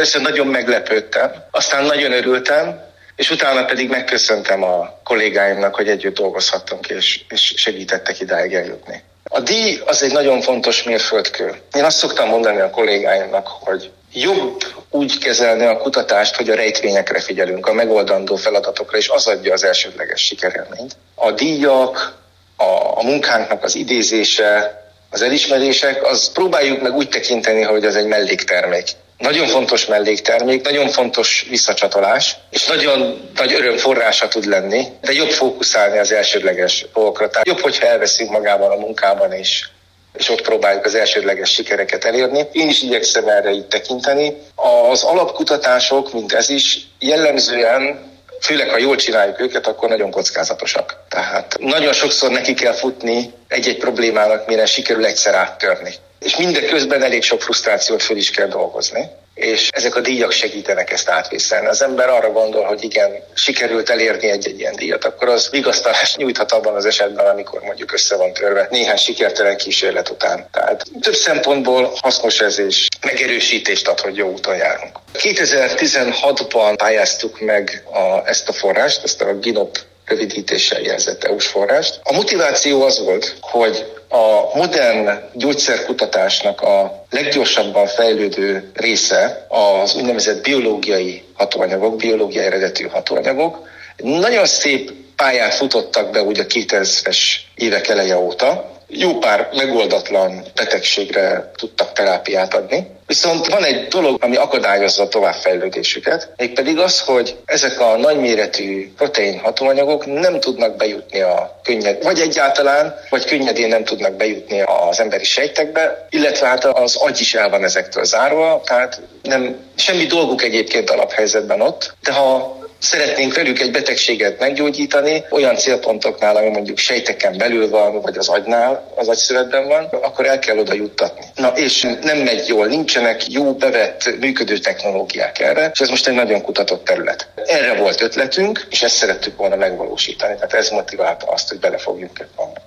Először nagyon meglepődtem, aztán nagyon örültem, és utána pedig megköszöntem a kollégáimnak, hogy együtt dolgozhattunk, és segítettek idáig eljutni. A díj az egy nagyon fontos mérföldkő. Én azt szoktam mondani a kollégáimnak, hogy jobb úgy kezelni a kutatást, hogy a rejtvényekre figyelünk, a megoldandó feladatokra, és az adja az elsődleges sikerélményt. A díjak, a munkánknak az idézése, az elismerések, az próbáljuk meg úgy tekinteni, hogy az egy melléktermék. Nagyon fontos melléktermék, nagyon fontos visszacsatolás, és nagyon nagy örömforrása tud lenni, de jobb fókuszálni az elsődleges dolgokra. Tehát jobb, hogyha elveszünk magában a munkában is, és ott próbáljuk az elsődleges sikereket elérni. Én is igyekszem erre így tekinteni. Az alapkutatások, mint ez is, jellemzően, főleg ha jól csináljuk őket, akkor nagyon kockázatosak. Tehát nagyon sokszor neki kell futni egy-egy problémának, mire sikerül egyszer áttörni. És mindeközben elég sok frusztrációt föl is kell dolgozni. És ezek a díjak segítenek ezt átvészelni. Az ember arra gondol, hogy igen, sikerült elérni egy-egy ilyen díjat, akkor az vigasztalást nyújthat abban az esetben, amikor mondjuk össze van törve néhány sikertelen kísérlet után. Tehát több szempontból hasznos ez és megerősítést ad, hogy jó úton járunk. 2016-ban pályáztuk meg ezt a forrást, ezt a GINOP rövidítéssel jelzett EU-s forrást. A motiváció az volt, hogy a modern gyógyszerkutatásnak a leggyorsabban fejlődő része az úgynevezett biológiai hatóanyagok, biológiai eredetű hatóanyagok. Nagyon szép pályát futottak be ugye a 2000-es évek eleje óta. Jó pár megoldatlan betegségre tudtak terápiát adni. Viszont van egy dolog, ami akadályozza a továbbfejlődésüket, mégpedig az, hogy ezek a nagyméretű protein hatóanyagok nem tudnak bejutni vagy egyáltalán, vagy könnyedén nem tudnak bejutni az emberi sejtekbe, illetve hát az agy is el van ezektől zárva, tehát semmi dolguk egyébként alaphelyzetben ott, de ha szeretnénk velük egy betegséget meggyógyítani, olyan célpontoknál, ami mondjuk sejteken belül van, vagy az agynál, az agyszövetben van, akkor el kell oda juttatni. Na és nem megy jól, nincsenek jó bevett működő technológiák erre, és ez most egy nagyon kutatott terület. Erre volt ötletünk, és ezt szerettük volna megvalósítani, tehát ez motiválta azt, hogy belefogjunk ebben.